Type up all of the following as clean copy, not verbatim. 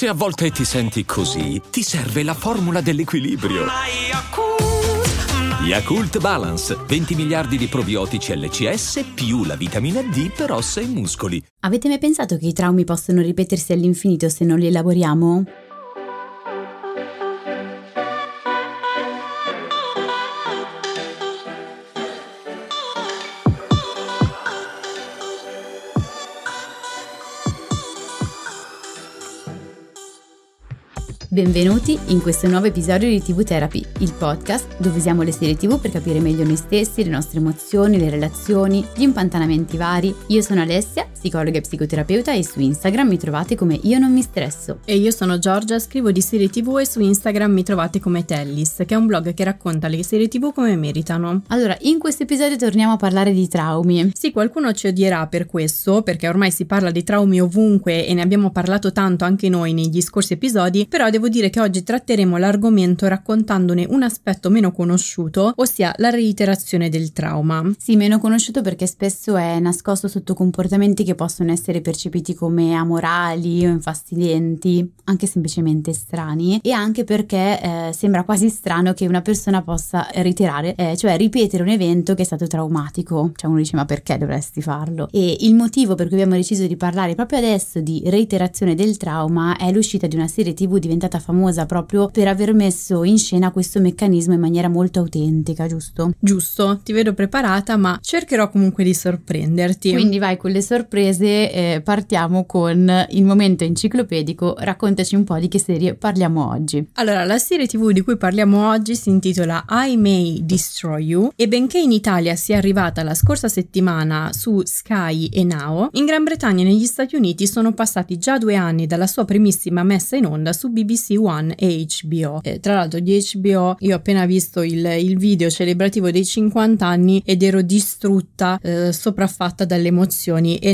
Se a volte ti senti così, ti serve la formula dell'equilibrio. Yakult Balance, 20 miliardi di probiotici LCS più la vitamina D per ossa e muscoli. Avete mai pensato che i traumi possono ripetersi all'infinito se non li elaboriamo? Benvenuti in questo nuovo episodio di TV Therapy, il podcast dove usiamo le serie TV per capire meglio noi stessi, le nostre emozioni, le relazioni, gli impantanamenti vari. Io sono Alessia, psicologa e psicoterapeuta, e su Instagram mi trovate come Io non mi stresso. E io sono Giorgia, scrivo di serie TV e su Instagram mi trovate come Tellis, che è un blog che racconta le serie TV come meritano. Allora, in questo episodio torniamo a parlare di traumi. Sì, qualcuno ci odierà per questo, perché ormai si parla di traumi ovunque e ne abbiamo parlato tanto anche noi negli scorsi episodi, però devo dire che oggi tratteremo l'argomento raccontandone un aspetto meno conosciuto, ossia la reiterazione del trauma. Sì, meno conosciuto perché spesso è nascosto sotto comportamenti che possono essere percepiti come amorali o infastidenti, anche semplicemente strani, e anche perché sembra quasi strano che una persona possa reiterare, cioè ripetere un evento che è stato traumatico. Cioè uno dice: ma perché dovresti farlo? E il motivo per cui abbiamo deciso di parlare proprio adesso di reiterazione del trauma è l'uscita di una serie TV diventata famosa proprio per aver messo in scena questo meccanismo in maniera molto autentica, giusto? Giusto, ti vedo preparata, ma cercherò comunque di sorprenderti. Quindi vai con le sorprese, partiamo con il momento enciclopedico. Raccontaci un po' di che serie parliamo oggi. Allora, la serie TV di cui parliamo oggi si intitola I May Destroy You e benché in Italia sia arrivata la scorsa settimana su Sky e Now, in Gran Bretagna e negli Stati Uniti sono passati già 2 anni dalla sua primissima messa in onda su BBC One e HBO. Tra l'altro di HBO io ho appena visto il video celebrativo dei 50 anni ed ero distrutta, sopraffatta dalle emozioni, e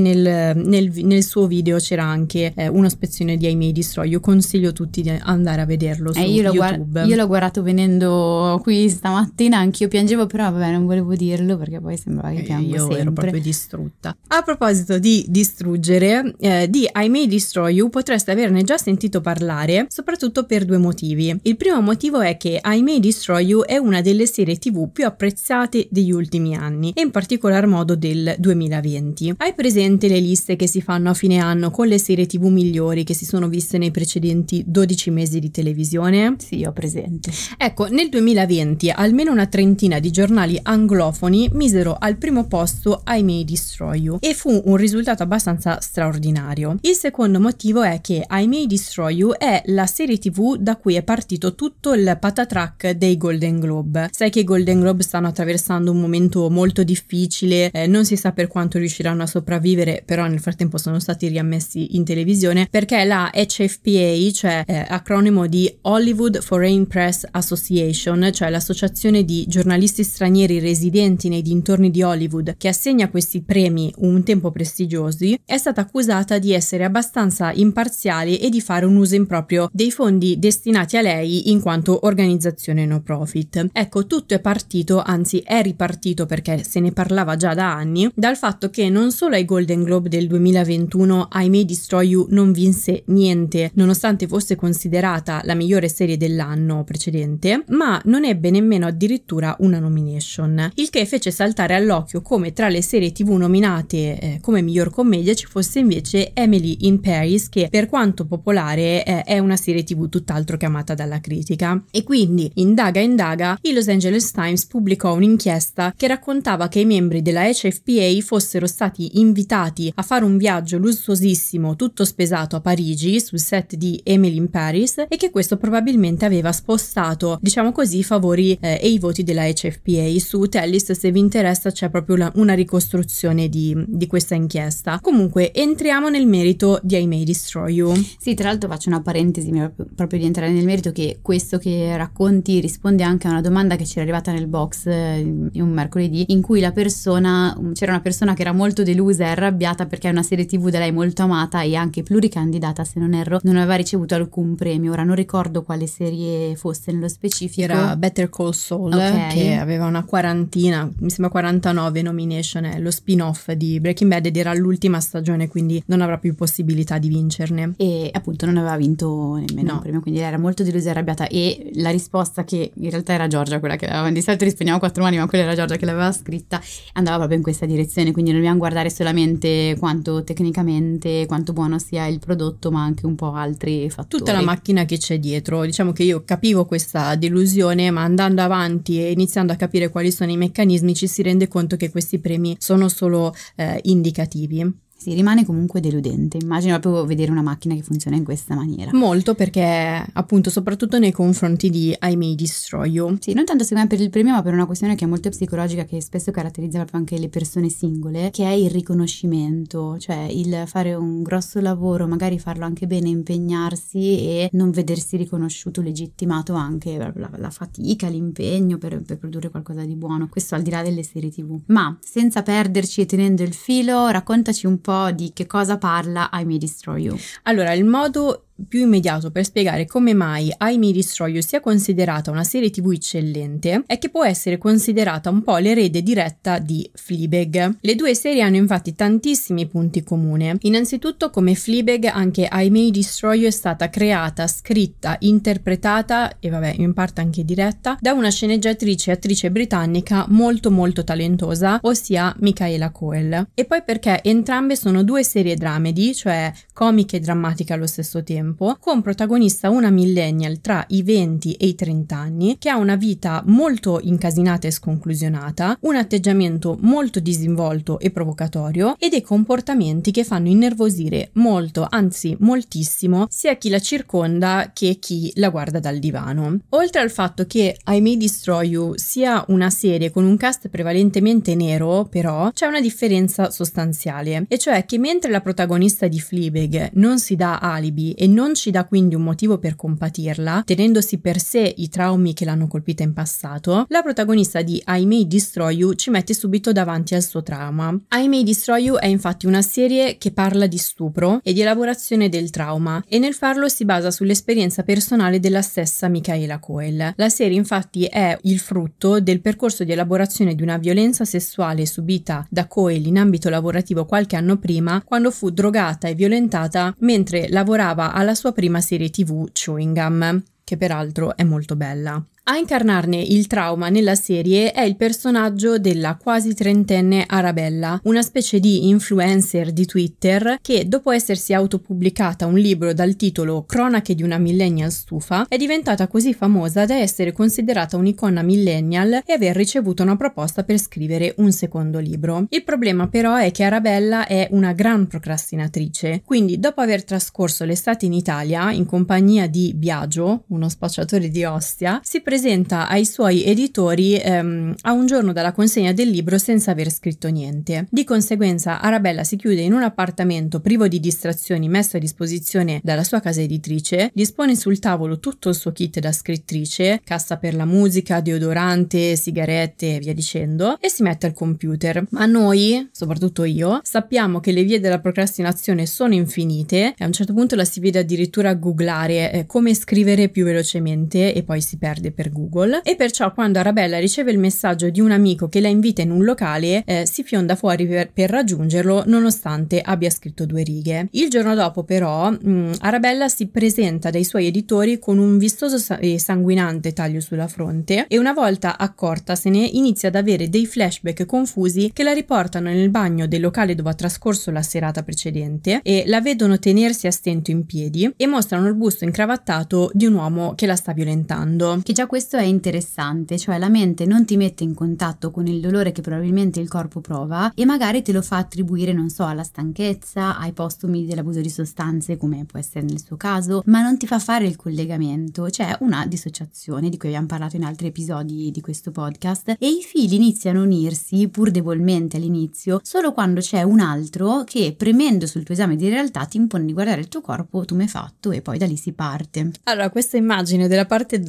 nel suo video c'era anche uno spezzone di I May Destroy You. Consiglio tutti di andare a vederlo su YouTube. Io l'ho guardato venendo qui stamattina, anch'io piangevo, però vabbè, non volevo dirlo perché poi sembrava che piango io sempre. Ero proprio distrutta. A proposito di distruggere, di I May Destroy You potreste averne già sentito parlare, soprattutto per 2 motivi. Il primo motivo è che I May Destroy You è una delle serie TV più apprezzate degli ultimi anni, e in particolar modo del 2020. Hai presente le liste che si fanno a fine anno con le serie TV migliori che si sono viste nei precedenti 12 mesi di televisione? Sì, ho presente. Ecco, nel 2020 almeno una trentina di giornali anglofoni misero al primo posto I May Destroy You, e fu un risultato abbastanza straordinario. Il secondo motivo è che I May Destroy You è la serie TV da cui è partito tutto il patatrack dei Golden Globe. Sai che i Golden Globe stanno attraversando un momento molto difficile, non si sa per quanto riusciranno a sopravvivere, però nel frattempo sono stati riammessi in televisione perché la HFPA, cioè acronimo di Hollywood Foreign Press Association, cioè l'associazione di giornalisti stranieri residenti nei dintorni di Hollywood che assegna questi premi un tempo prestigiosi, è stata accusata di essere abbastanza imparziale e di fare un uso improprio dei fondi destinati a lei in quanto organizzazione no profit. Ecco, tutto è partito, anzi è ripartito perché se ne parlava già da anni, dal fatto che non solo ai Golden Globe del 2021 I May Destroy You non vinse niente, nonostante fosse considerata la migliore serie dell'anno precedente, ma non ebbe nemmeno addirittura una nomination, il che fece saltare all'occhio come tra le serie TV nominate come miglior commedia ci fosse invece Emily in Paris, che per quanto popolare è una serie TV tutt'altro che amata dalla critica. E quindi, indaga, il Los Angeles Times pubblicò un'inchiesta che raccontava che i membri della HFPA fossero stati invitati a fare un viaggio lussuosissimo tutto spesato a Parigi sul set di Emily in Paris, e che questo probabilmente aveva spostato, diciamo così, i favori e i voti della HFPA. Su Tellis, se vi interessa, c'è proprio una ricostruzione di questa inchiesta. Comunque entriamo nel merito di I May Destroy You. Sì, tra l'altro faccio una parentesi, mi proprio di entrare nel merito, che questo che racconti risponde anche a una domanda che c'era arrivata nel box un mercoledì, in cui c'era una persona che era molto delusa e arrabbiata perché è una serie TV da lei molto amata e anche pluricandidata, se non erro, non aveva ricevuto alcun premio. Ora non ricordo quale serie fosse nello specifico. Era Better Call Saul, okay, che aveva una quarantina, mi sembra 49 nomination, è lo spin-off di Breaking Bad ed era l'ultima stagione, quindi non avrà più possibilità di vincerne. E appunto non aveva vinto nemmeno un premio, quindi lei era molto delusa e arrabbiata, e la risposta, che in realtà era Giorgia quella che l'aveva, di solito rispondiamo 4 anni, ma quella era Giorgia che l'aveva scritta, andava proprio in questa direzione, quindi non dobbiamo guardare solamente quanto tecnicamente, quanto buono sia il prodotto, ma anche un po' altri fattori. Tutta la macchina che c'è dietro. Diciamo che io capivo questa delusione, ma andando avanti e iniziando a capire quali sono i meccanismi ci si rende conto che questi premi sono solo indicativi. Sì, rimane comunque deludente. Immagino proprio vedere una macchina che funziona in questa maniera. Molto, perché appunto soprattutto nei confronti di I May Destroy You. Sì, non tanto secondo me per il premio, ma per una questione che è molto psicologica, che spesso caratterizza proprio anche le persone singole, che è il riconoscimento, cioè il fare un grosso lavoro, magari farlo anche bene, impegnarsi e non vedersi riconosciuto, legittimato anche la fatica, l'impegno per produrre qualcosa di buono. Questo al di là delle serie TV. Ma senza perderci e tenendo il filo, raccontaci un po' di che cosa parla I May Destroy You. Allora, il modo più immediato per spiegare come mai I May Destroy You sia considerata una serie TV eccellente è che può essere considerata un po' l'erede diretta di Fleabag. Le due serie hanno infatti tantissimi punti comuni. Innanzitutto, come Fleabag, anche I May Destroy You è stata creata, scritta, interpretata e in parte anche diretta da una sceneggiatrice e attrice britannica molto molto talentosa, ossia Michaela Coel. E poi perché entrambe sono due serie dramedy, cioè comiche e drammatiche allo stesso tempo, con protagonista una millennial tra i 20 e i 30 anni che ha una vita molto incasinata e sconclusionata, un atteggiamento molto disinvolto e provocatorio e dei comportamenti che fanno innervosire molto, anzi moltissimo, sia chi la circonda che chi la guarda dal divano. Oltre al fatto che I May Destroy You sia una serie con un cast prevalentemente nero, però c'è una differenza sostanziale, e cioè che mentre la protagonista di Fleabag non si dà alibi e non ci dà quindi un motivo per compatirla, tenendosi per sé i traumi che l'hanno colpita in passato, la protagonista di I May Destroy You ci mette subito davanti al suo trauma. I May Destroy You è infatti una serie che parla di stupro e di elaborazione del trauma, e nel farlo si basa sull'esperienza personale della stessa Michaela Coel. La serie infatti è il frutto del percorso di elaborazione di una violenza sessuale subita da Coel in ambito lavorativo qualche anno prima, quando fu drogata e violentata mentre lavorava alla sua prima serie TV Chewing Gum, che peraltro è molto bella. A incarnarne il trauma nella serie è il personaggio della quasi trentenne Arabella, una specie di influencer di Twitter che, dopo essersi autopubblicata un libro dal titolo Cronache di una millennial stufa, è diventata così famosa da essere considerata un'icona millennial e aver ricevuto una proposta per scrivere un secondo libro. Il problema però è che Arabella è una gran procrastinatrice, quindi dopo aver trascorso l'estate in Italia in compagnia di Biagio, uno spacciatore di Ostia, si presenta ai suoi editori a un giorno dalla consegna del libro senza aver scritto niente. Di conseguenza Arabella si chiude in un appartamento privo di distrazioni messo a disposizione dalla sua casa editrice, dispone sul tavolo tutto il suo kit da scrittrice, cassa per la musica, deodorante, sigarette e via dicendo, e si mette al computer. Ma noi, soprattutto io, sappiamo che le vie della procrastinazione sono infinite e a un certo punto la si vede addirittura googlare come scrivere più velocemente e poi si perde per Google, e perciò quando Arabella riceve il messaggio di un amico che la invita in un locale si fionda fuori per raggiungerlo nonostante abbia scritto 2 righe. Il giorno dopo però Arabella si presenta dai suoi editori con un vistoso e sanguinante taglio sulla fronte e una volta accortasene inizia ad avere dei flashback confusi che la riportano nel bagno del locale dove ha trascorso la serata precedente e la vedono tenersi a stento in piedi e mostrano il busto incravattato di un uomo che la sta violentando. Che già già questo è interessante, cioè la mente non ti mette in contatto con il dolore che probabilmente il corpo prova e magari te lo fa attribuire, non so, alla stanchezza, ai postumi dell'abuso di sostanze, come può essere nel suo caso, ma non ti fa fare il collegamento. C'è una dissociazione di cui abbiamo parlato in altri episodi di questo podcast e i fili iniziano a unirsi, pur debolmente all'inizio, solo quando c'è un altro che, premendo sul tuo esame di realtà, ti impone di guardare il tuo corpo tumefatto e poi da lì si parte. Allora, questa immagine della parte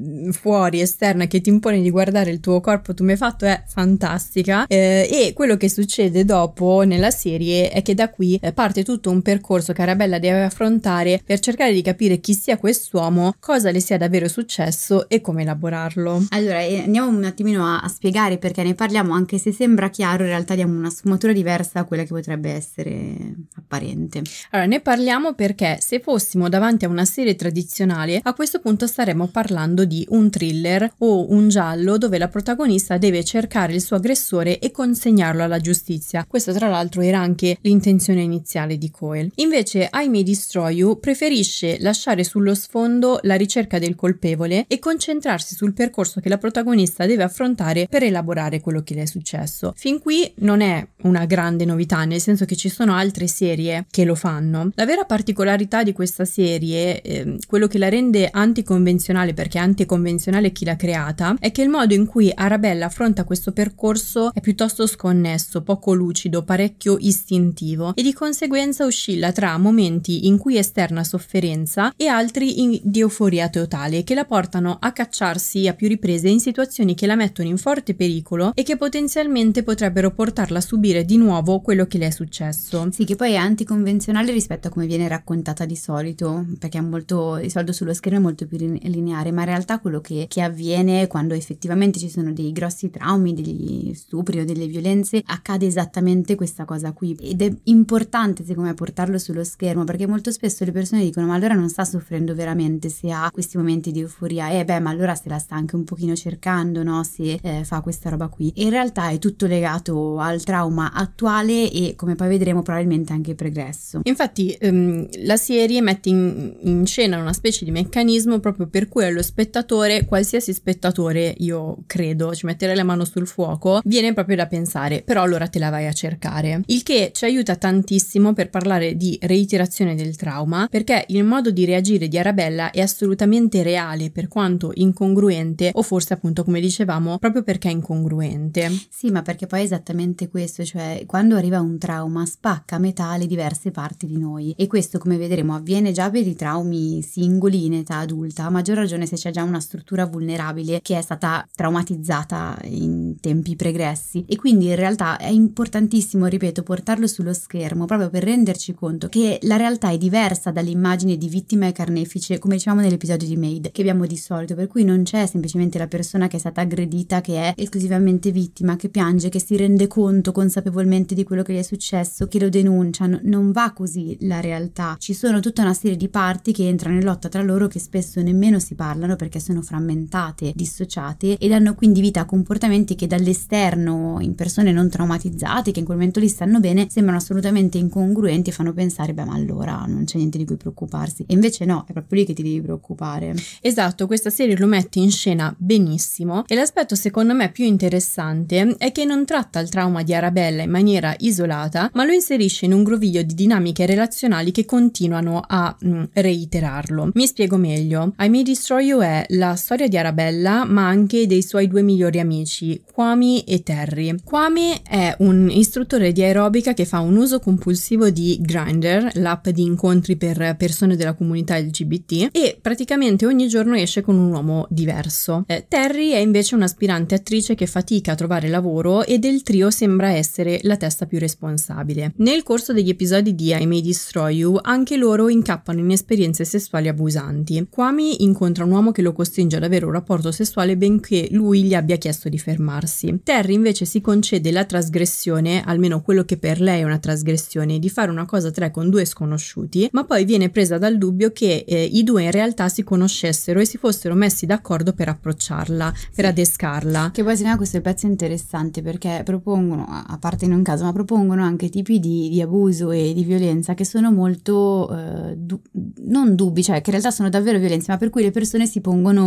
fuori, esterna, che ti impone di guardare il tuo corpo tumefatto è fantastica, e quello che succede dopo nella serie è che da qui parte tutto un percorso che Arabella deve affrontare per cercare di capire chi sia quest'uomo, cosa le sia davvero successo e come elaborarlo. Allora, andiamo un attimino a spiegare perché ne parliamo, anche se sembra chiaro, in realtà diamo una sfumatura diversa a quella che potrebbe essere apparente. Allora, ne parliamo perché se fossimo davanti a una serie tradizionale, a questo punto staremmo parlando di un thriller o un giallo dove la protagonista deve cercare il suo aggressore e consegnarlo alla giustizia. Questo tra l'altro era anche l'intenzione iniziale di Coel. Invece I May Destroy You preferisce lasciare sullo sfondo la ricerca del colpevole e concentrarsi sul percorso che la protagonista deve affrontare per elaborare quello che le è successo. Fin qui non è una grande novità, nel senso che ci sono altre serie che lo fanno. La vera particolarità di questa serie, quello che la rende anticonvenzionale, perché è anticonvenzionale chi l'ha creata, è che il modo in cui Arabella affronta questo percorso è piuttosto sconnesso, poco lucido, parecchio istintivo e di conseguenza oscilla tra momenti in cui esterna sofferenza e altri di euforia totale che la portano a cacciarsi a più riprese in situazioni che la mettono in forte pericolo e che potenzialmente potrebbero portarla a subire di nuovo quello che le è successo. Sì, che poi è anticonvenzionale rispetto a come viene raccontata di solito, perché è molto, di solito sullo schermo è molto più lineare, ma in realtà quello che avviene quando effettivamente ci sono dei grossi traumi, degli stupri o delle violenze, accade esattamente questa cosa qui, ed è importante secondo me portarlo sullo schermo, perché molto spesso le persone dicono ma allora non sta soffrendo veramente se ha questi momenti di euforia, ma allora se la sta anche un pochino cercando, no, se fa questa roba qui, e in realtà è tutto legato al trauma attuale e, come poi vedremo, probabilmente anche pregresso. Infatti la serie mette in scena una specie di meccanismo proprio per cui allo spettatore, qualsiasi spettatore, io credo, ci metterei la mano sul fuoco, viene proprio da pensare, però allora te la vai a cercare, il che ci aiuta tantissimo per parlare di reiterazione del trauma, perché il modo di reagire di Arabella è assolutamente reale per quanto incongruente, o forse appunto come dicevamo proprio perché è incongruente. Sì, ma perché poi è esattamente questo, cioè quando arriva un trauma spacca a metà le diverse parti di noi, e questo, come vedremo, avviene già per i traumi singoli in età adulta, a maggior ragione se c'è già una struttura vulnerabile che è stata traumatizzata in tempi pregressi, e quindi in realtà è importantissimo, ripeto, portarlo sullo schermo proprio per renderci conto che la realtà è diversa dall'immagine di vittima e carnefice, come dicevamo nell'episodio di Made che abbiamo di solito, per cui non c'è semplicemente la persona che è stata aggredita che è esclusivamente vittima, che piange, che si rende conto consapevolmente di quello che gli è successo, che lo denuncia. Non va così la realtà, ci sono tutta una serie di parti che entrano in lotta tra loro, che spesso nemmeno si parlano perché sono frammentate, dissociate, e danno quindi vita a comportamenti che dall'esterno, in persone non traumatizzate, che in quel momento lì stanno bene, sembrano assolutamente incongruenti e fanno pensare ma allora non c'è niente di cui preoccuparsi, e invece no, è proprio lì che ti devi preoccupare. Esatto, questa serie lo mette in scena benissimo, e l'aspetto secondo me più interessante è che non tratta il trauma di Arabella in maniera isolata, ma lo inserisce in un groviglio di dinamiche relazionali che continuano a reiterarlo. Mi spiego meglio. I May Destroy You è la storia di Arabella, ma anche dei suoi due migliori amici, Kwame e Terry. Kwame è un istruttore di aerobica che fa un uso compulsivo di Grindr, l'app di incontri per persone della comunità LGBT, e praticamente ogni giorno esce con un uomo diverso. Terry è invece un'aspirante attrice che fatica a trovare lavoro e del trio sembra essere la testa più responsabile. Nel corso degli episodi di I May Destroy You anche loro incappano in esperienze sessuali abusanti. Kwame incontra un uomo che lo costringe ad avere un rapporto sessuale benché lui gli abbia chiesto di fermarsi. Terry invece si concede la trasgressione, almeno quello che per lei è una trasgressione, di fare una cosa tra con due sconosciuti, ma poi viene presa dal dubbio che i due in realtà si conoscessero e si fossero messi d'accordo per approcciarla, per adescarla. Che poi secondo me questo è il pezzo interessante, perché propongono, a parte in un caso, ma propongono anche tipi di abuso e di violenza che sono molto non dubbi, cioè che in realtà sono davvero violenze, ma per cui le persone si pongono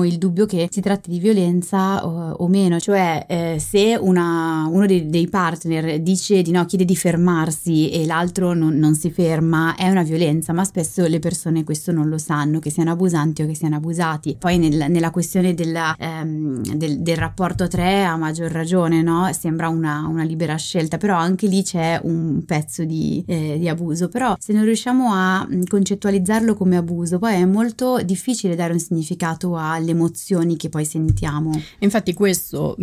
hanno il dubbio che si tratti di violenza o meno, cioè se uno dei partner dice di no, chiede di fermarsi e l'altro non si ferma, è una violenza, ma spesso le persone questo non lo sanno, che siano abusanti o che siano abusati. Poi nella questione del rapporto 3 a maggior ragione, no? Sembra una libera scelta, però anche lì c'è un pezzo di abuso. Però se non riusciamo a concettualizzarlo come abuso, poi è molto difficile dare un significato alle emozioni che poi sentiamo. Infatti questo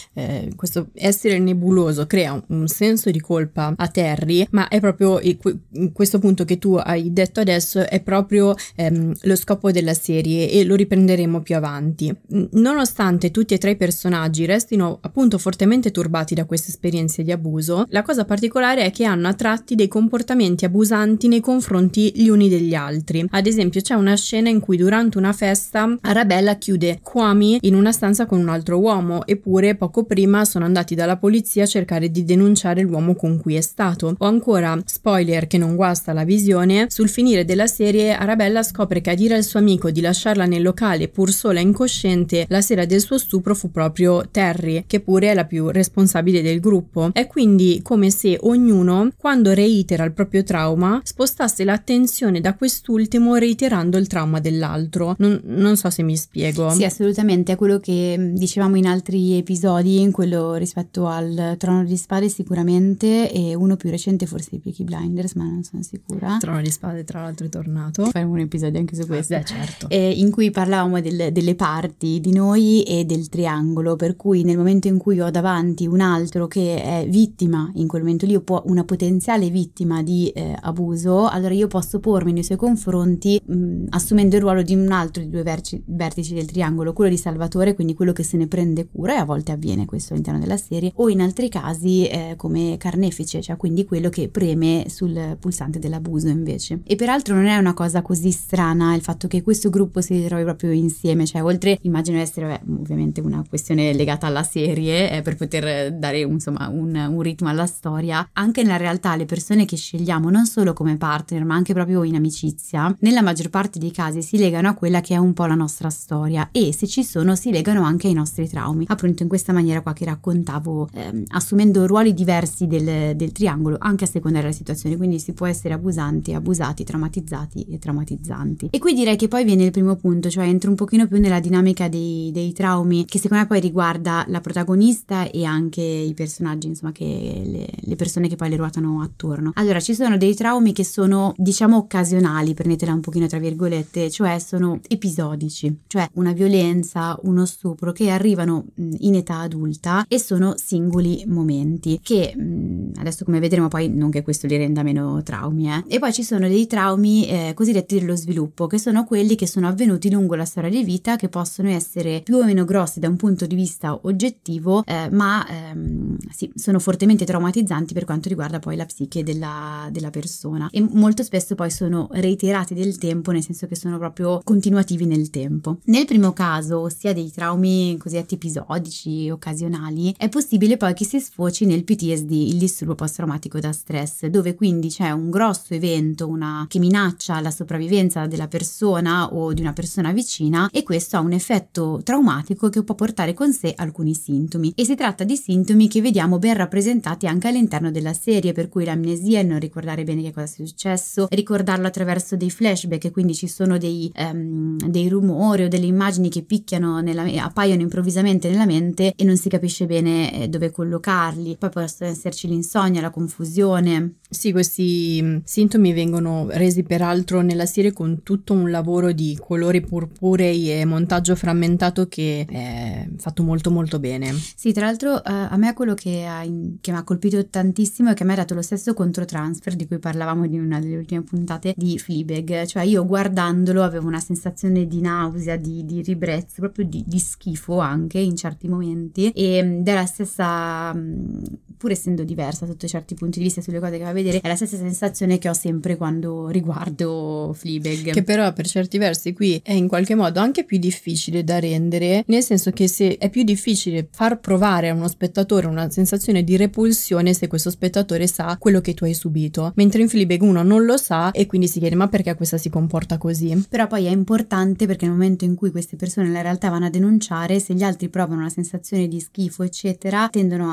essere nebuloso crea un senso di colpa a Terry, ma è proprio questo punto che tu hai detto adesso è proprio lo scopo della serie, e lo riprenderemo più avanti. Nonostante tutti e tre i personaggi restino appunto fortemente turbati da queste esperienze di abuso, la cosa particolare è che hanno a tratti dei comportamenti abusanti nei confronti gli uni degli altri. Ad esempio c'è una scena in cui durante una festa Arabella chiude Kwame in una stanza con un altro uomo, eppure poco prima sono andati dalla polizia a cercare di denunciare l'uomo con cui è stato. O ancora, spoiler che non guasta la visione, sul finire della serie Arabella scopre che a dire al suo amico di lasciarla nel locale pur sola e incosciente la sera del suo stupro fu proprio Terry, che pure è la più responsabile del gruppo. È quindi come se ognuno, quando reitera il proprio trauma, spostasse l'attenzione da quest'ultimo reiterando il trauma dell'altro. Non so se mi spiego. Sì, assolutamente, è quello che dicevamo in altri episodi, in quello rispetto al Trono di Spade sicuramente, e uno più recente forse di Peaky Blinders, ma non sono sicura. Trono di Spade tra l'altro è tornato. Faremo un episodio anche su questo. Certo. In cui parlavamo delle parti di noi e del triangolo, per cui nel momento in cui ho davanti un altro che è vittima, in quel momento lì una potenziale vittima di abuso, allora io posso pormi nei suoi confronti assumendo il ruolo di un altro di due vertici del triangolo, quello di salvatore, quindi quello che se ne prende cura, e a volte avviene questo all'interno della serie, o in altri casi come carnefice, cioè quindi quello che preme sul pulsante dell'abuso invece. E peraltro non è una cosa così strana il fatto che questo gruppo si ritrovi proprio insieme, cioè oltre, immagino essere ovviamente una questione legata alla serie per poter dare insomma un ritmo alla storia, anche nella realtà le persone che scegliamo non solo come partner ma anche proprio in amicizia, nella maggior parte dei casi si legano a quella che è un po' la nostra storia, e se ci sono si legano anche ai nostri traumi, appunto in questa maniera qua che raccontavo, assumendo ruoli diversi del triangolo anche a seconda della situazione, quindi si può essere abusanti, abusati, traumatizzati e traumatizzanti. E qui direi che poi viene il primo punto, cioè entro un pochino più nella dinamica dei traumi, che secondo me poi riguarda la protagonista e anche i personaggi, insomma, che le persone che poi le ruotano attorno. Allora, ci sono dei traumi che sono, diciamo, occasionali, prendetela un pochino tra virgolette, cioè sono episodici, cioè una violenza, uno stupro che arrivano in età adulta e sono singoli momenti che adesso, come vedremo, poi non che questo li renda meno traumi, E poi ci sono dei traumi cosiddetti dello sviluppo, che sono quelli che sono avvenuti lungo la storia di vita, che possono essere più o meno grossi da un punto di vista oggettivo, ma sì, sono fortemente traumatizzanti per quanto riguarda poi la psiche della persona, e molto spesso poi sono reiterati del tempo, nel senso che sono proprio continuativi nel tempo. Nel primo caso, ossia dei traumi cosiddetti episodici, occasionali, è possibile poi che si sfoci nel PTSD, il disturbo post-traumatico da stress, dove quindi c'è un grosso evento, che minaccia la sopravvivenza della persona o di una persona vicina, e questo ha un effetto traumatico che può portare con sé alcuni sintomi, e si tratta di sintomi che vediamo ben rappresentati anche all'interno della serie, per cui l'amnesia, il non ricordare bene che cosa sia successo, ricordarlo attraverso dei flashback, e quindi ci sono dei rumori o delle immagini che picchiano appaiono improvvisamente nella mente e non si capisce bene dove collocarli. Poi possono esserci l'insonnia, la confusione. Sì, questi sintomi vengono resi peraltro nella serie con tutto un lavoro di colori purpurei e montaggio frammentato che è fatto molto molto bene. Sì, tra l'altro a me quello che mi ha colpito tantissimo è che mi ha dato lo stesso controtransfer di cui parlavamo in una delle ultime puntate di Fleabag, cioè io guardandolo avevo una sensazione di nausea, di ribrezzo, proprio di schifo anche in certi momenti, ed è la stessa pur essendo diversa sotto certi punti di vista sulle cose che va a vedere, è la stessa sensazione che ho sempre quando riguardo Fleabag. Che però per certi versi qui è in qualche modo anche più difficile da rendere, nel senso che se è più difficile far provare a uno spettatore una sensazione di repulsione se questo spettatore sa quello che tu hai subito, mentre in Fleabag uno non lo sa e quindi si chiede ma perché questa si comporta così. Però poi è importante perché nel momento in cui queste persone nella realtà vanno a denunciare, se gli altri provano una sensazione di schifo eccetera, tendono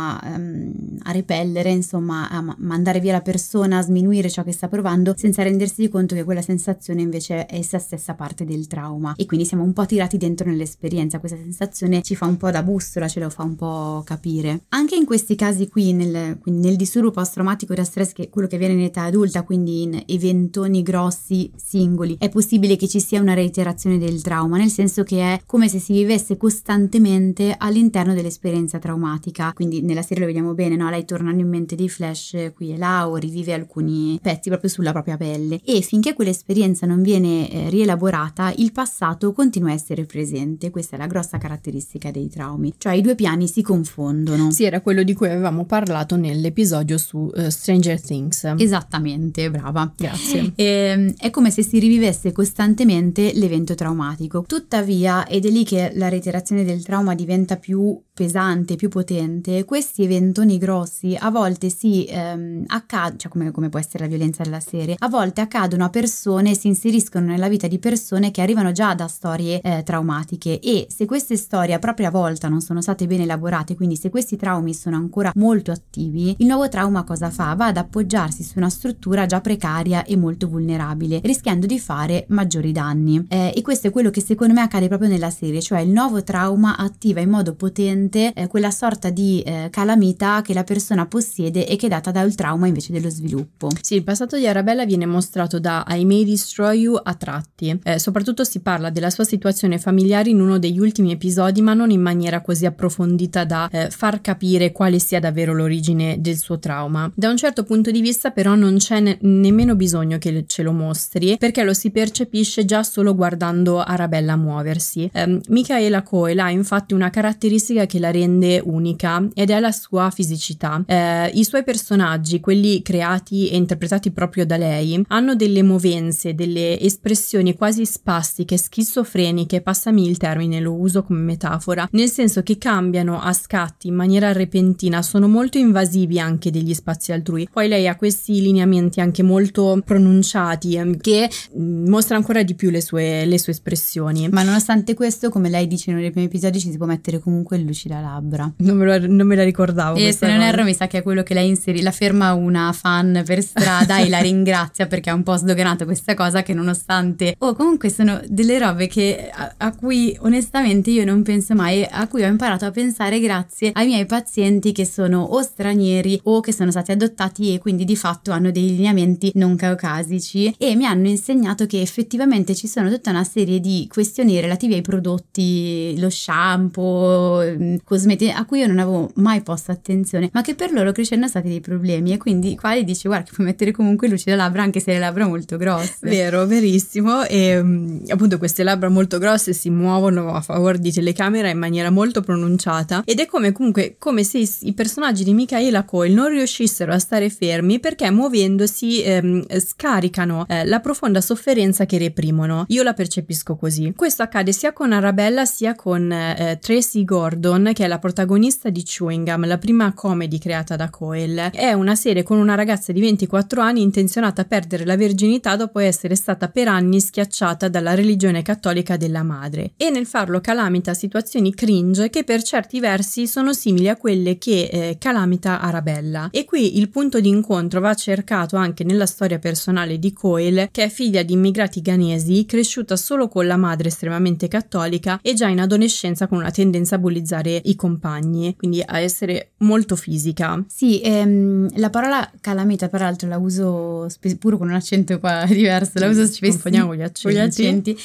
a repellere, insomma a mandare via la persona, a sminuire ciò che sta provando senza rendersi conto che quella sensazione invece è essa stessa parte del trauma, e quindi siamo un po' tirati dentro nell'esperienza. Questa sensazione ci fa un po' da bussola, ce lo fa un po' capire. Anche in questi casi qui, quindi nel disturbo post-traumatico da stress, che è quello che viene in età adulta, quindi in eventoni grossi singoli, è possibile che ci sia una reiterazione del trauma, nel senso che è come se si vivesse costantemente all'interno dell'esperienza traumatica. Quindi nella serie lo vediamo bene, no? Lei tornano in mente dei flash qui e là, o rivive alcuni pezzi proprio sulla propria pelle, e finché quell'esperienza non viene rielaborata, il passato continua a essere presente. Questa è la grossa caratteristica dei traumi, cioè i due piani si confondono. Sì, era quello di cui avevamo parlato nell'episodio su Stranger Things. Esattamente, brava. Grazie. È come se si rivivesse costantemente l'evento traumatico. Tuttavia, ed è lì che la reiterazione del trauma diventa più pesante, più potente, questi eventoni grossi a volte si accadono, cioè come può essere la violenza della serie, a volte accadono a persone, si inseriscono nella vita di persone che arrivano già da storie traumatiche, e se queste storie a propria volta non sono state ben elaborate, quindi se questi traumi sono ancora molto attivi, il nuovo trauma cosa fa? Va ad appoggiarsi su una struttura già precaria e molto vulnerabile, rischiando di fare maggiori danni, e questo è quello che secondo me accade proprio nella serie, cioè il nuovo trauma attiva in modo potente quella sorta di calamita che la persona possiede e che è data dal trauma invece dello sviluppo. Sì, il passato di Arabella viene mostrato da I May Destroy You a tratti, soprattutto si parla della sua situazione familiare in uno degli ultimi episodi, ma non in maniera così approfondita da far capire quale sia davvero l'origine del suo trauma. Da un certo punto di vista però non c'è nemmeno bisogno che ce lo mostri, perché lo si percepisce già solo guardando Arabella muoversi. Michaela Coel ha infatti una caratteristica che la rende unica, ed è la sua fisicità. I suoi personaggi, quelli creati e interpretati proprio da lei, hanno delle movenze, delle espressioni quasi spastiche, schizofreniche, passami il termine, lo uso come metafora, nel senso che cambiano a scatti in maniera repentina, sono molto invasivi anche degli spazi altrui. Poi lei ha questi lineamenti anche molto pronunciati che mostra ancora di più le sue espressioni. Ma nonostante questo, come lei dice nei primi episodi, ci si può mettere comunque il lucida labbra. Non me la ricordavo. E se non erro mi sa che è quello che lei inserì, la ferma una fan per strada e la ringrazia perché ha un po' sdoganato questa cosa, che nonostante comunque sono delle robe che a cui onestamente io non penso mai, a cui ho imparato a pensare grazie ai miei pazienti che sono o stranieri o che sono stati adottati e quindi di fatto hanno dei lineamenti non caucasici, e mi hanno insegnato che effettivamente ci sono tutta una serie di questioni relativi ai prodotti, lo shampoo, cosmetici, a cui io non avevo mai posto attenzione, ma che per loro crescendo stati dei problemi, e quindi qua gli dice guarda che puoi mettere comunque lucida labbra anche se le labbra molto grosse. Vero, verissimo. E appunto queste labbra molto grosse si muovono a favore di telecamera in maniera molto pronunciata, ed è come se i personaggi di Michaela Coel non riuscissero a stare fermi, perché muovendosi scaricano la profonda sofferenza che reprimono. Io la percepisco così. Questo accade sia con Arabella sia con Tracy Gordon, che è la protagonista di Chewing Gum, la prima comedy creata da Coel. È una serie con una ragazza di 24 anni intenzionata a perdere la verginità dopo essere stata per anni schiacciata dalla religione cattolica della madre, e nel farlo calamita situazioni cringe che per certi versi sono simili a quelle che calamita Arabella. E qui il punto di incontro va cercato anche nella storia personale di Coel, che è figlia di immigrati ghanesi, cresciuta solo con la madre estremamente cattolica e già in adolescenza con una tendenza a bullizzare i compagni, quindi a essere molto fisica. Sì, la parola calamita peraltro la uso pure con un accento qua diverso, la uso spesso. Confondiamo gli accenti.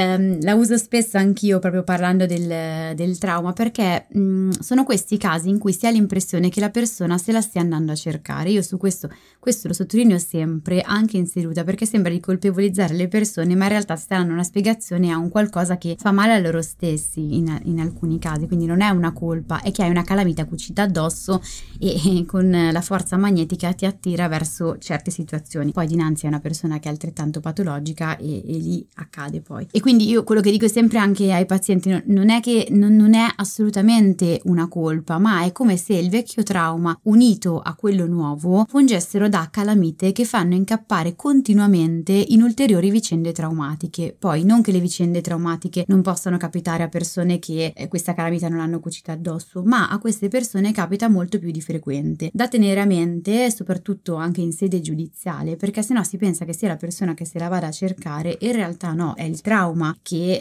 La uso spesso anch'io proprio parlando del trauma, perché sono questi casi in cui si ha l'impressione che la persona se la stia andando a cercare. Io su questo lo sottolineo sempre, anche in seduta, perché sembra di colpevolizzare le persone, ma in realtà sta dando una spiegazione a un qualcosa che fa male a loro stessi in alcuni casi, quindi non è una colpa, è che hai una calamita cucita addosso e con la forza magnetica ti attira verso certe situazioni. Poi dinanzi a una persona che è altrettanto patologica e lì accade poi. E quindi io quello che dico sempre anche ai pazienti, non è che non è assolutamente una colpa, ma è come se il vecchio trauma unito a quello nuovo fungessero da calamite che fanno incappare continuamente in ulteriori vicende traumatiche. Poi non che le vicende traumatiche non possano capitare a persone che questa calamita non l'hanno cucita addosso, ma a queste persone capita molto più di frequente. Da tenere a mente, soprattutto anche in sede giudiziale, perché sennò si pensa che sia la persona che se la vada a cercare, e in realtà no, è il trauma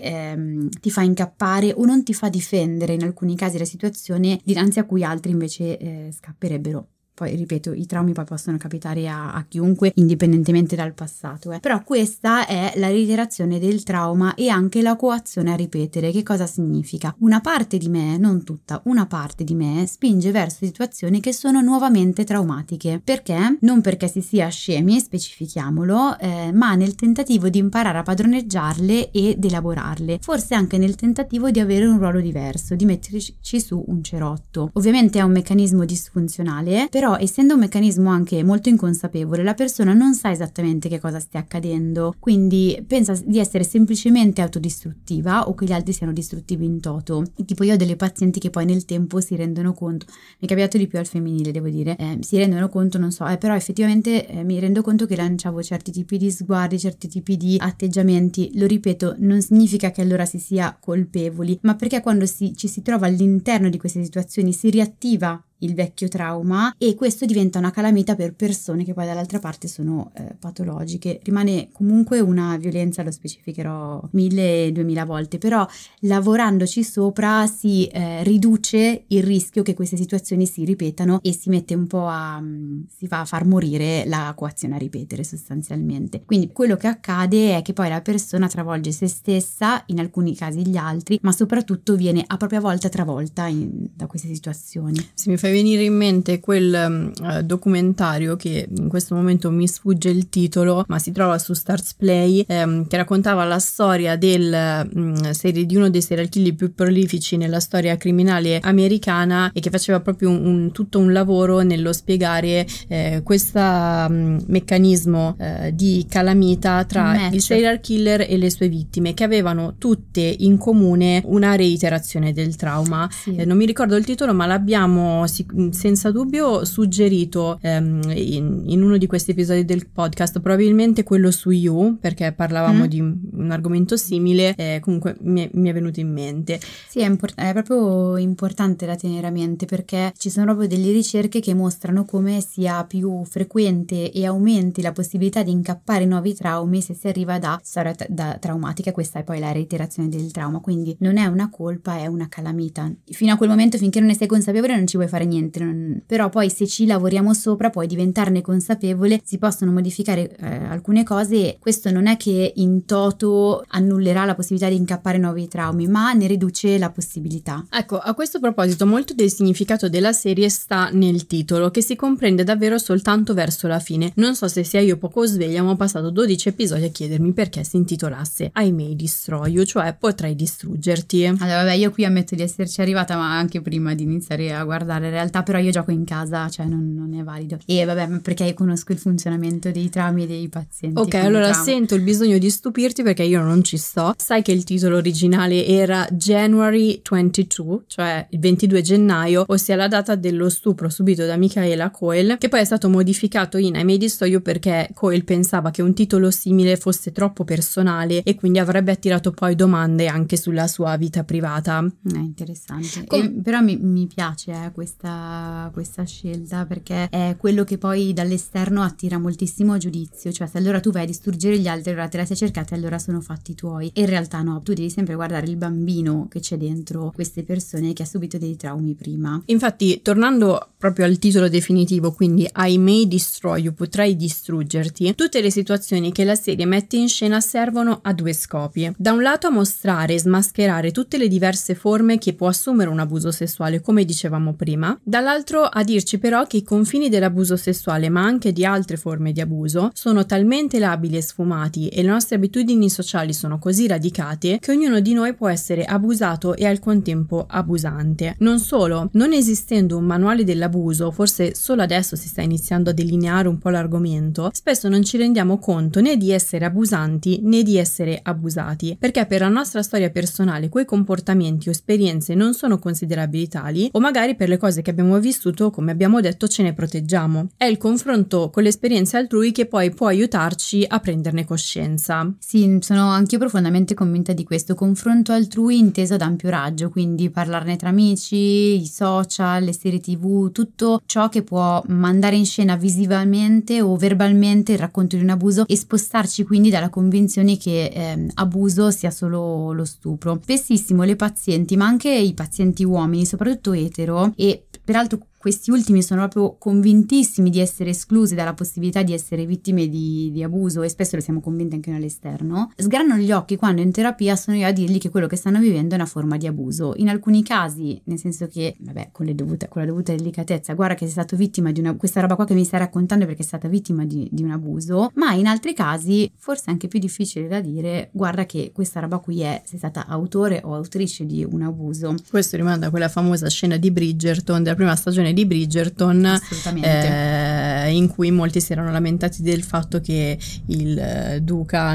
che ti fa incappare o non ti fa difendere in alcuni casi la situazione dinanzi a cui altri invece scapperebbero. Poi ripeto, i traumi poi possono capitare a chiunque indipendentemente dal passato. Però questa è la reiterazione del trauma e anche la coazione a ripetere. Che cosa significa? Una parte di me, non tutta, una parte di me spinge verso situazioni che sono nuovamente traumatiche. Perché? Non perché si sia scemi, specifichiamolo, ma nel tentativo di imparare a padroneggiarle ed elaborarle. Forse anche nel tentativo di avere un ruolo diverso, di metterci su un cerotto. Ovviamente è un meccanismo disfunzionale, però essendo un meccanismo anche molto inconsapevole, la persona non sa esattamente che cosa stia accadendo, quindi pensa di essere semplicemente autodistruttiva o che gli altri siano distruttivi in toto. Tipo io ho delle pazienti che poi nel tempo si rendono conto, mi è capitato di più al femminile devo dire, si rendono conto, non so, però effettivamente mi rendo conto che lanciavo certi tipi di sguardi, certi tipi di atteggiamenti. Lo ripeto, non significa che allora si sia colpevoli, ma perché quando ci si trova all'interno di queste situazioni si riattiva il vecchio trauma e questo diventa una calamita per persone che poi dall'altra parte sono patologiche. Rimane comunque una violenza, lo specificherò 1000-2000 volte, però lavorandoci sopra si riduce il rischio che queste situazioni si ripetano e si mette un po' si fa far morire la coazione a ripetere sostanzialmente. Quindi quello che accade è che poi la persona travolge se stessa, in alcuni casi gli altri, ma soprattutto viene a propria volta travolta da queste situazioni. Sì, mi fai venire in mente quel documentario che in questo momento mi sfugge il titolo, ma si trova su Stars Play, che raccontava la storia di uno dei serial killer più prolifici nella storia criminale americana e che faceva proprio tutto un lavoro nello spiegare questo meccanismo di calamita tra il serial killer e le sue vittime, che avevano tutte in comune una reiterazione del trauma. Sì. Non mi ricordo il titolo, ma l'abbiamo senza dubbio suggerito in uno di questi episodi del podcast, probabilmente quello su You, perché parlavamo di un argomento simile, comunque mi è venuto in mente. Sì, è proprio importante da tenere a mente, perché ci sono proprio delle ricerche che mostrano come sia più frequente e aumenti la possibilità di incappare nuovi traumi se si arriva da storia traumatica. Questa è poi la reiterazione del trauma, quindi non è una colpa, è una calamita. Fino a quel momento, finché non ne sei consapevole, non ci vuoi fare niente, però poi se ci lavoriamo sopra, puoi diventarne consapevole, si possono modificare alcune cose e questo non è che in toto annullerà la possibilità di incappare nuovi traumi, ma ne riduce la possibilità. Ecco, a questo proposito molto del significato della serie sta nel titolo, che si comprende davvero soltanto verso la fine. Non so se sia io poco sveglia, ma ho passato 12 episodi a chiedermi perché si intitolasse I May Destroy You, cioè potrai distruggerti. Allora vabbè, io qui ammetto di esserci arrivata, ma anche prima di iniziare a guardare, in realtà però io gioco in casa, cioè non è valido, e vabbè, perché conosco il funzionamento dei traumi dei pazienti. Ok, allora sento il bisogno di stupirti perché io non ci sto. Sai che il titolo originale era January 22, cioè il 22 gennaio, ossia la data dello stupro subito da Michaela Coel, che poi è stato modificato in I May Destroy You perché Coel pensava che un titolo simile fosse troppo personale e quindi avrebbe attirato poi domande anche sulla sua vita privata. È interessante. Però mi piace questa scelta, perché è quello che poi dall'esterno attira moltissimo giudizio, cioè se allora tu vai a distruggere gli altri, allora te la sei cercata e allora sono fatti tuoi, e in realtà no, tu devi sempre guardare il bambino che c'è dentro queste persone che ha subito dei traumi prima. Infatti, tornando proprio al titolo definitivo, quindi I May Destroy You, potrai distruggerti, tutte le situazioni che la serie mette in scena servono a due scopi: da un lato a mostrare e smascherare tutte le diverse forme che può assumere un abuso sessuale, come dicevamo prima, realtà, dall'altro a dirci però che i confini dell'abuso sessuale, ma anche di altre forme di abuso, sono talmente labili e sfumati e le nostre abitudini sociali sono così radicate che ognuno di noi può essere abusato e al contempo abusante. Non solo, non esistendo un manuale dell'abuso, forse solo adesso si sta iniziando a delineare un po' l'argomento, spesso non ci rendiamo conto né di essere abusanti né di essere abusati, perché per la nostra storia personale quei comportamenti o esperienze non sono considerabili tali, o magari per le cose che abbiamo vissuto, come abbiamo detto, ce ne proteggiamo. È il confronto con le esperienze altrui che poi può aiutarci a prenderne coscienza. Sì, sono anch'io profondamente convinta di questo confronto altrui inteso ad ampio raggio, quindi parlarne tra amici, i social, le serie TV, tutto ciò che può mandare in scena visivamente o verbalmente il racconto di un abuso e spostarci quindi dalla convinzione che abuso sia solo lo stupro. Spessissimo le pazienti, ma anche i pazienti uomini, soprattutto etero, e peraltro questi ultimi sono proprio convintissimi di essere esclusi dalla possibilità di essere vittime di abuso, e spesso lo siamo convinti anche noi all'esterno, sgranano gli occhi quando in terapia sono io a dirgli che quello che stanno vivendo è una forma di abuso. In alcuni casi, nel senso che, vabbè, con la dovuta delicatezza, guarda che sei stato vittima di questa roba qua che mi stai raccontando perché sei stata vittima di un abuso, ma in altri casi, forse anche più difficile da dire, guarda che questa roba qui sei stata autore o autrice di un abuso. Questo rimanda a quella famosa scena di Bridgerton, della prima stagione di Bridgerton, in cui molti si erano lamentati del fatto che il duca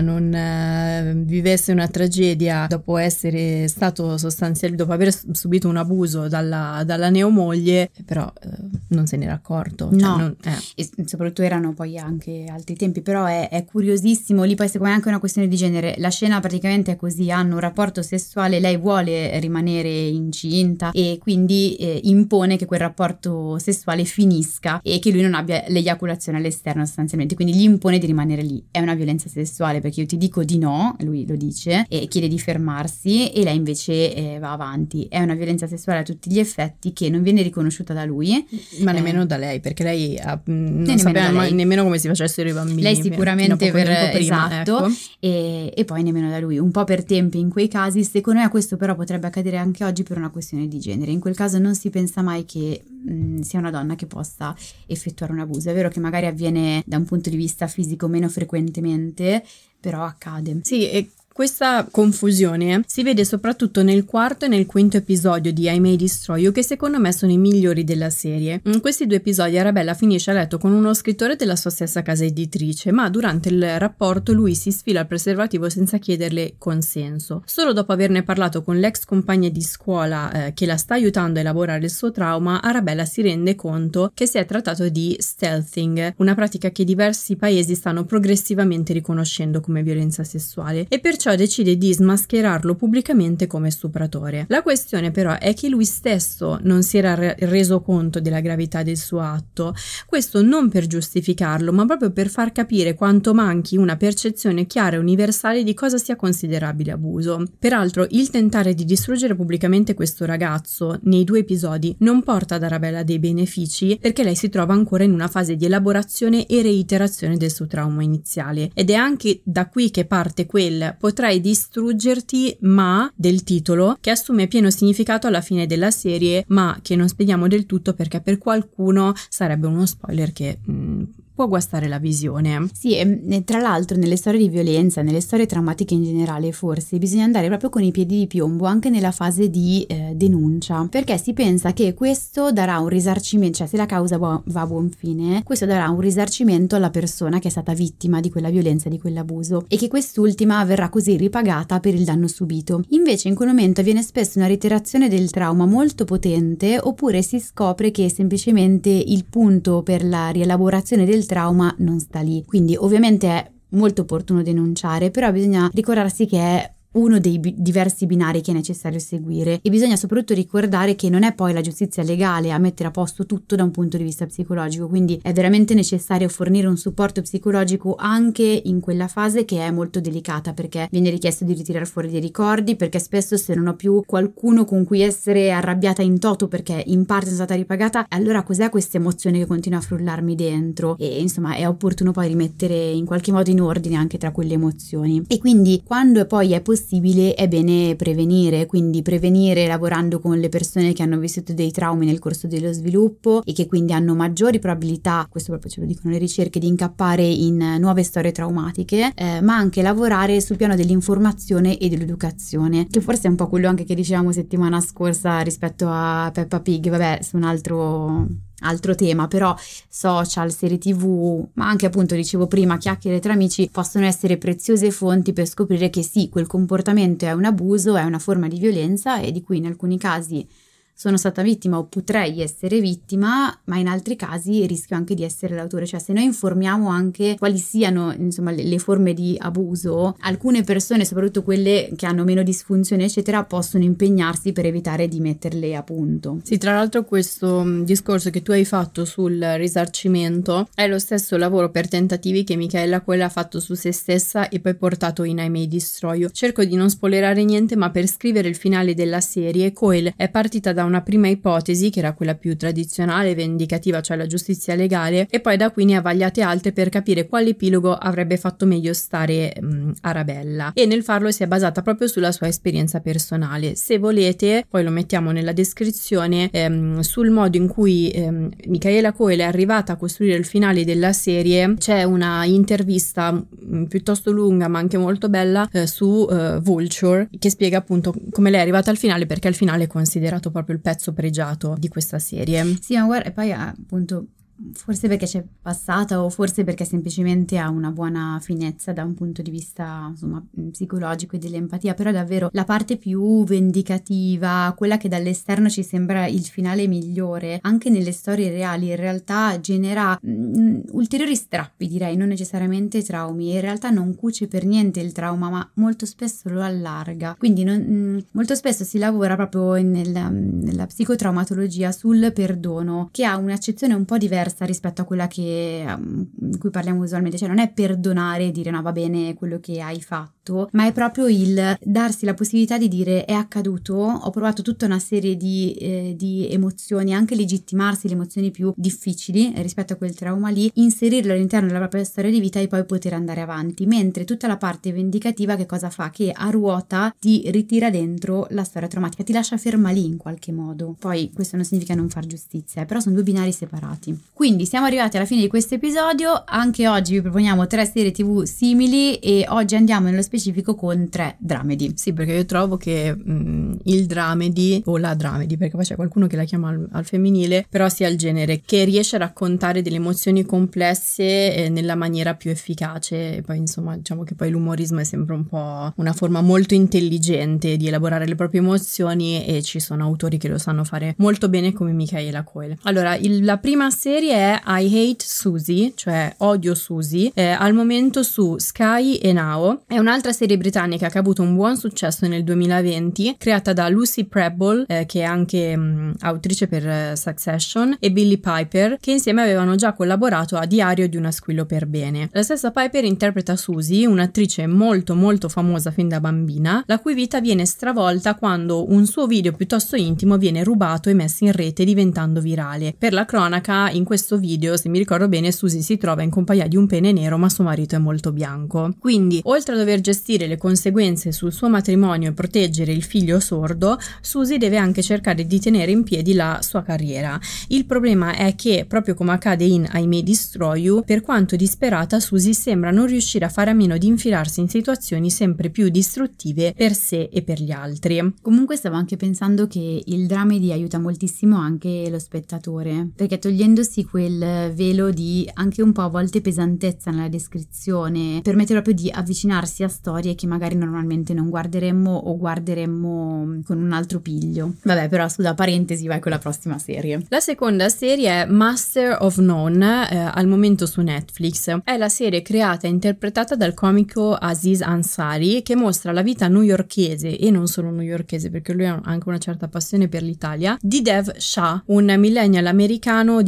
non vivesse una tragedia dopo essere stato dopo aver subito un abuso dalla neomoglie, però non se n'era accorto. No, e soprattutto erano poi anche altri tempi, però è curiosissimo. Lì poi secondo me è anche una questione di genere. La scena praticamente è così: hanno un rapporto sessuale, lei vuole rimanere incinta e quindi impone che quel rapporto sessuale finisca e che lui non abbia l'eiaculazione all'esterno sostanzialmente, quindi gli impone di rimanere lì. È una violenza sessuale perché io ti dico di no, lui lo dice e chiede di fermarsi e lei invece va avanti. È una violenza sessuale a tutti gli effetti che non viene riconosciuta da lui, ma nemmeno da lei, perché lei non sapeva nemmeno come si facessero i bambini. Lei sicuramente prima, esatto, ecco. e poi nemmeno da lui, un po' per tempi in quei casi. Secondo me questo però potrebbe accadere anche oggi per una questione di genere. In quel caso non si pensa mai che sia una donna che possa effettuare un abuso. È vero che magari avviene da un punto di vista fisico meno frequentemente, però accade. Sì, e questa confusione si vede soprattutto nel quarto e nel quinto episodio di I May Destroy You, che secondo me sono i migliori della serie. In questi due episodi Arabella finisce a letto con uno scrittore della sua stessa casa editrice, ma durante il rapporto lui si sfila il preservativo senza chiederle consenso. Solo dopo averne parlato con l'ex compagna di scuola che la sta aiutando a elaborare il suo trauma, Arabella si rende conto che si è trattato di stealthing, una pratica che diversi paesi stanno progressivamente riconoscendo come violenza sessuale, e perciò decide di smascherarlo pubblicamente come stupratore. La questione però è che lui stesso non si era reso conto della gravità del suo atto, questo non per giustificarlo, ma proprio per far capire quanto manchi una percezione chiara e universale di cosa sia considerabile abuso. Peraltro, il tentare di distruggere pubblicamente questo ragazzo nei due episodi non porta ad Arabella dei benefici, perché lei si trova ancora in una fase di elaborazione e reiterazione del suo trauma iniziale, ed è anche da qui che parte quel potrai distruggerti ma del titolo, che assume pieno significato alla fine della serie, ma che non spieghiamo del tutto perché per qualcuno sarebbe uno spoiler che può guastare la visione. Sì, e tra l'altro nelle storie di violenza, nelle storie traumatiche in generale, forse bisogna andare proprio con i piedi di piombo anche nella fase di denuncia, perché si pensa che questo darà un risarcimento, cioè se la causa va a buon fine, questo darà un risarcimento alla persona che è stata vittima di quella violenza, di quell'abuso, e che quest'ultima verrà così ripagata per il danno subito. Invece in quel momento avviene spesso una reiterazione del trauma molto potente, oppure si scopre che semplicemente il punto per la rielaborazione del trauma non sta lì. Quindi ovviamente è molto opportuno denunciare, però bisogna ricordarsi che è uno dei diversi binari che è necessario seguire, e bisogna soprattutto ricordare che non è poi la giustizia legale a mettere a posto tutto da un punto di vista psicologico, quindi è veramente necessario fornire un supporto psicologico anche in quella fase che è molto delicata, perché viene richiesto di ritirare fuori dei ricordi, perché spesso se non ho più qualcuno con cui essere arrabbiata in toto perché in parte sono stata ripagata, allora cos'è questa emozione che continua a frullarmi dentro? E insomma è opportuno poi rimettere in qualche modo in ordine anche tra quelle emozioni. E quindi quando poi è possibile possibile è bene prevenire, quindi prevenire lavorando con le persone che hanno vissuto dei traumi nel corso dello sviluppo e che quindi hanno maggiori probabilità, questo proprio ce lo dicono le ricerche, di incappare in nuove storie traumatiche, ma anche lavorare sul piano dell'informazione e dell'educazione, che forse è un po' quello anche che dicevamo settimana scorsa rispetto a Peppa Pig, vabbè, su un altro tema, però social, serie TV, ma anche appunto dicevo prima chiacchiere tra amici possono essere preziose fonti per scoprire che sì, quel comportamento è un abuso, è una forma di violenza e di cui in alcuni casi sono stata vittima o potrei essere vittima, ma in altri casi rischio anche di essere l'autore. Cioè, se noi informiamo anche quali siano insomma le forme di abuso, alcune persone, soprattutto quelle che hanno meno disfunzione eccetera, possono impegnarsi per evitare di metterle a punto. Sì, tra l'altro questo discorso che tu hai fatto sul risarcimento è lo stesso lavoro per tentativi che Michaela Coel ha fatto su se stessa e poi portato in I May Destroy You. Cerco di non spoilerare niente, ma per scrivere il finale della serie Coel è partita da una prima ipotesi, che era quella più tradizionale, vendicativa, cioè la giustizia legale, e poi da qui ne ha vagliate altre per capire quale epilogo avrebbe fatto meglio stare Arabella, e nel farlo si è basata proprio sulla sua esperienza personale. Se volete, poi lo mettiamo nella descrizione, sul modo in cui Michaela Coel è arrivata a costruire il finale della serie. C'è una intervista piuttosto lunga ma anche molto bella su Vulture, che spiega appunto come lei è arrivata al finale, perché il finale è considerato proprio il pezzo pregiato di questa serie. Sì, ma guarda, e poi appunto forse perché c'è passata o forse perché semplicemente ha una buona finezza da un punto di vista insomma psicologico e dell'empatia, però davvero la parte più vendicativa, quella che dall'esterno ci sembra il finale migliore, anche nelle storie reali in realtà genera ulteriori strappi, direi, non necessariamente traumi, in realtà non cuce per niente il trauma ma molto spesso lo allarga, quindi molto spesso si lavora proprio nella psicotraumatologia sul perdono, che ha un'accezione un po' diversa rispetto a quella in cui parliamo usualmente, cioè non è perdonare e dire no va bene quello che hai fatto, ma è proprio il darsi la possibilità di dire è accaduto, ho provato tutta una serie di emozioni, anche legittimarsi le emozioni più difficili rispetto a quel trauma lì, inserirlo all'interno della propria storia di vita e poi poter andare avanti, mentre tutta la parte vendicativa che cosa fa? Che a ruota ti ritira dentro la storia traumatica, ti lascia ferma lì in qualche modo. Poi questo non significa non far giustizia, però sono due binari separati. Quindi siamo arrivati alla fine di questo episodio, anche oggi vi proponiamo 3 serie TV simili e oggi andiamo nello specifico con 3 dramedy. Sì, perché io trovo che il dramedy o la dramedy, perché poi c'è qualcuno che la chiama al femminile, però sia il genere che riesce a raccontare delle emozioni complesse nella maniera più efficace. E poi insomma diciamo che poi l'umorismo è sempre un po' una forma molto intelligente di elaborare le proprie emozioni e ci sono autori che lo sanno fare molto bene come Michaela Coel. Allora, la prima serie è I Hate Susie, cioè Odio Susie, al momento su Sky e Now. È un'altra serie britannica che ha avuto un buon successo nel 2020, creata da Lucy Prebble, che è anche autrice per Succession, e Billie Piper, che insieme avevano già collaborato a Diario di una squillo per bene. La stessa Piper interpreta Susie, un'attrice molto molto famosa fin da bambina, la cui vita viene stravolta quando un suo video piuttosto intimo viene rubato e messo in rete diventando virale. Per la cronaca, in questo video, se mi ricordo bene, Susie si trova in compagnia di un pene nero ma suo marito è molto bianco. Quindi, oltre a dover gestire le conseguenze sul suo matrimonio e proteggere il figlio sordo, Susie deve anche cercare di tenere in piedi la sua carriera. Il problema è che, proprio come accade in I May Destroy You, per quanto disperata, Susie sembra non riuscire a fare a meno di infilarsi in situazioni sempre più distruttive per sé e per gli altri. Comunque stavo anche pensando che il dramedy aiuta moltissimo anche lo spettatore, perché togliendosi quel velo di anche un po' a volte pesantezza nella descrizione, permette proprio di avvicinarsi a storie che magari normalmente non guarderemmo o guarderemmo con un altro piglio. Vabbè, però scusa, parentesi, vai con la prossima serie. La seconda serie è Master of None, al momento su Netflix. È la serie creata e interpretata dal comico Aziz Ansari, che mostra la vita newyorkese, e non solo newyorkese perché lui ha anche una certa passione per l'Italia, di Dev Shah, un millennial americano di origine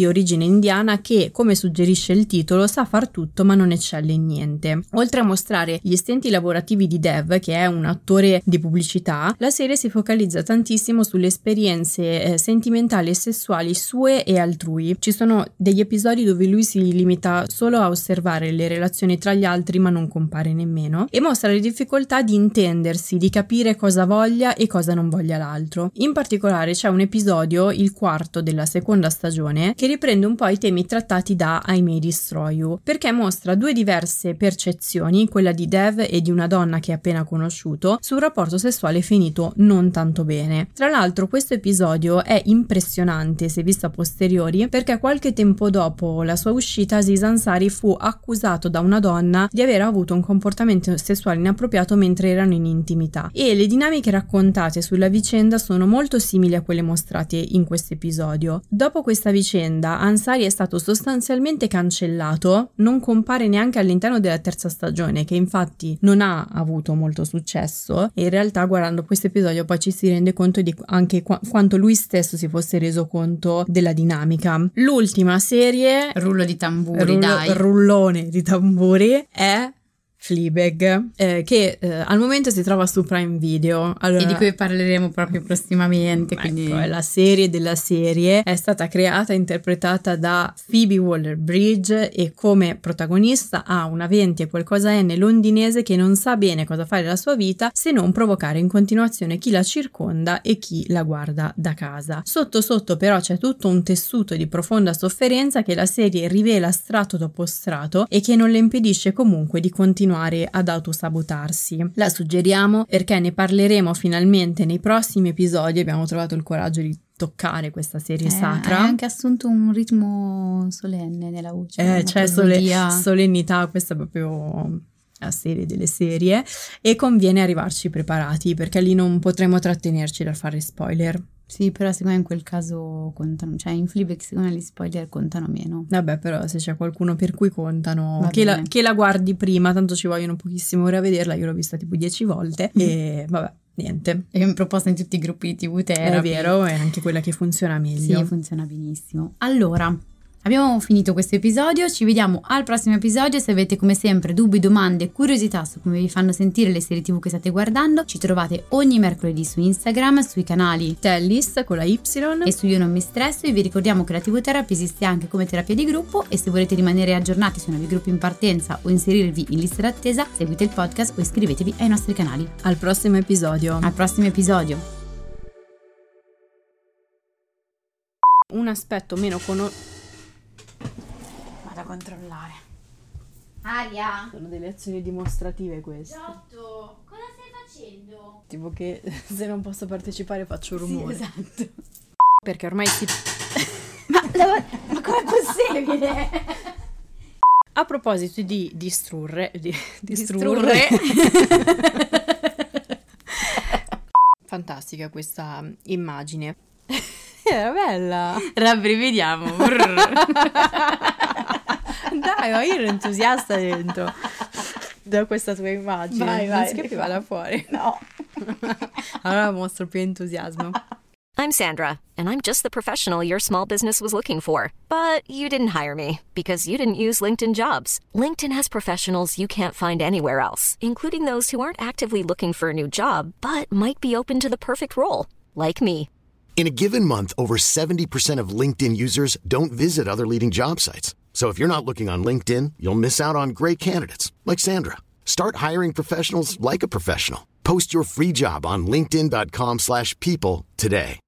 indiana che, come suggerisce il titolo, sa far tutto ma non eccelle in niente. Oltre a mostrare gli stenti lavorativi di Dev, che è un attore di pubblicità, la serie si focalizza tantissimo sulle esperienze sentimentali e sessuali sue e altrui. Ci sono degli episodi dove lui si limita solo a osservare le relazioni tra gli altri ma non compare nemmeno, e mostra le difficoltà di intendersi, di capire cosa voglia e cosa non voglia l'altro. In particolare c'è un episodio, il quarto della seconda stagione, che riprende un po' i temi trattati da I May Destroy You, perché mostra due diverse percezioni, quella di Dev e di una donna che ha appena conosciuto, su un rapporto sessuale finito non tanto bene. Tra l'altro questo episodio è impressionante se visto a posteriori, perché qualche tempo dopo la sua uscita Aziz Ansari fu accusato da una donna di aver avuto un comportamento sessuale inappropriato mentre erano in intimità, e le dinamiche raccontate sulla vicenda sono molto simili a quelle mostrate in questo episodio. Dopo questa vicenda Ansari è stato sostanzialmente cancellato, non compare neanche all'interno della terza stagione, che infatti non ha avuto molto successo, e in realtà guardando questo episodio poi ci si rende conto di anche quanto lui stesso si fosse reso conto della dinamica. L'ultima serie, rullo di tamburi, rullone di tamburi, è Fleabag, che al momento si trova su Prime Video, e di cui parleremo proprio prossimamente. Quindi ecco, è la serie della serie, è stata creata e interpretata da Phoebe Waller-Bridge e come protagonista ha una 20 e qualcosenne londinese che non sa bene cosa fare della sua vita se non provocare in continuazione chi la circonda e chi la guarda da casa. Sotto sotto però c'è tutto un tessuto di profonda sofferenza che la serie rivela strato dopo strato e che non le impedisce comunque di continuare ad autosabotarsi. La suggeriamo perché ne parleremo finalmente nei prossimi episodi. Abbiamo trovato il coraggio di toccare questa serie sacra. Ha anche assunto un ritmo solenne nella voce. C'è solennità, questa è proprio la serie delle serie, e conviene arrivarci preparati perché lì non potremo trattenerci dal fare spoiler. Sì, però secondo me in quel caso contano, cioè in Fleabag secondo me gli spoiler contano meno. Vabbè, però se c'è qualcuno per cui contano, che la guardi prima, tanto ci vogliono pochissime ore a vederla, io l'ho vista tipo 10 volte e vabbè, niente. È proposta in tutti i gruppi di TV Therapy. È vero, è anche quella che funziona meglio. Sì, funziona benissimo. Allora, abbiamo finito questo episodio, ci vediamo al prossimo episodio. Se avete come sempre dubbi, domande, curiosità su come vi fanno sentire le serie TV che state guardando, ci trovate ogni mercoledì su Instagram, sui canali Tellis con la Y e su Io Non Mi Stresso, e vi ricordiamo che la TV Therapy esiste anche come terapia di gruppo, e se volete rimanere aggiornati sui nuovi gruppi in partenza o inserirvi in lista d'attesa, seguite il podcast o iscrivetevi ai nostri canali. Al prossimo episodio. Un aspetto meno da controllare. Aria, sono delle azioni dimostrative queste. Giotto, cosa stai facendo? Tipo che se non posso partecipare faccio rumore. Sì, esatto. Perché ormai ma com'è possibile? A proposito di distrurre fantastica questa immagine. Era bella. Rabbrividiamo. Dai, ma io ero entusiasta dentro da questa tua immagine. Vai, si capiva da fuori. No. Allora mostro più entusiasmo. I'm Sandra, and I'm just the professional your small business was looking for. But you didn't hire me because you didn't use LinkedIn Jobs. LinkedIn has professionals you can't find anywhere else, including those who aren't actively looking for a new job, but might be open to the perfect role, like me. In a given month, over 70% of LinkedIn users don't visit other leading job sites. So if you're not looking on LinkedIn, you'll miss out on great candidates like Sandra. Start hiring professionals like a professional. Post your free job on linkedin.com/people today.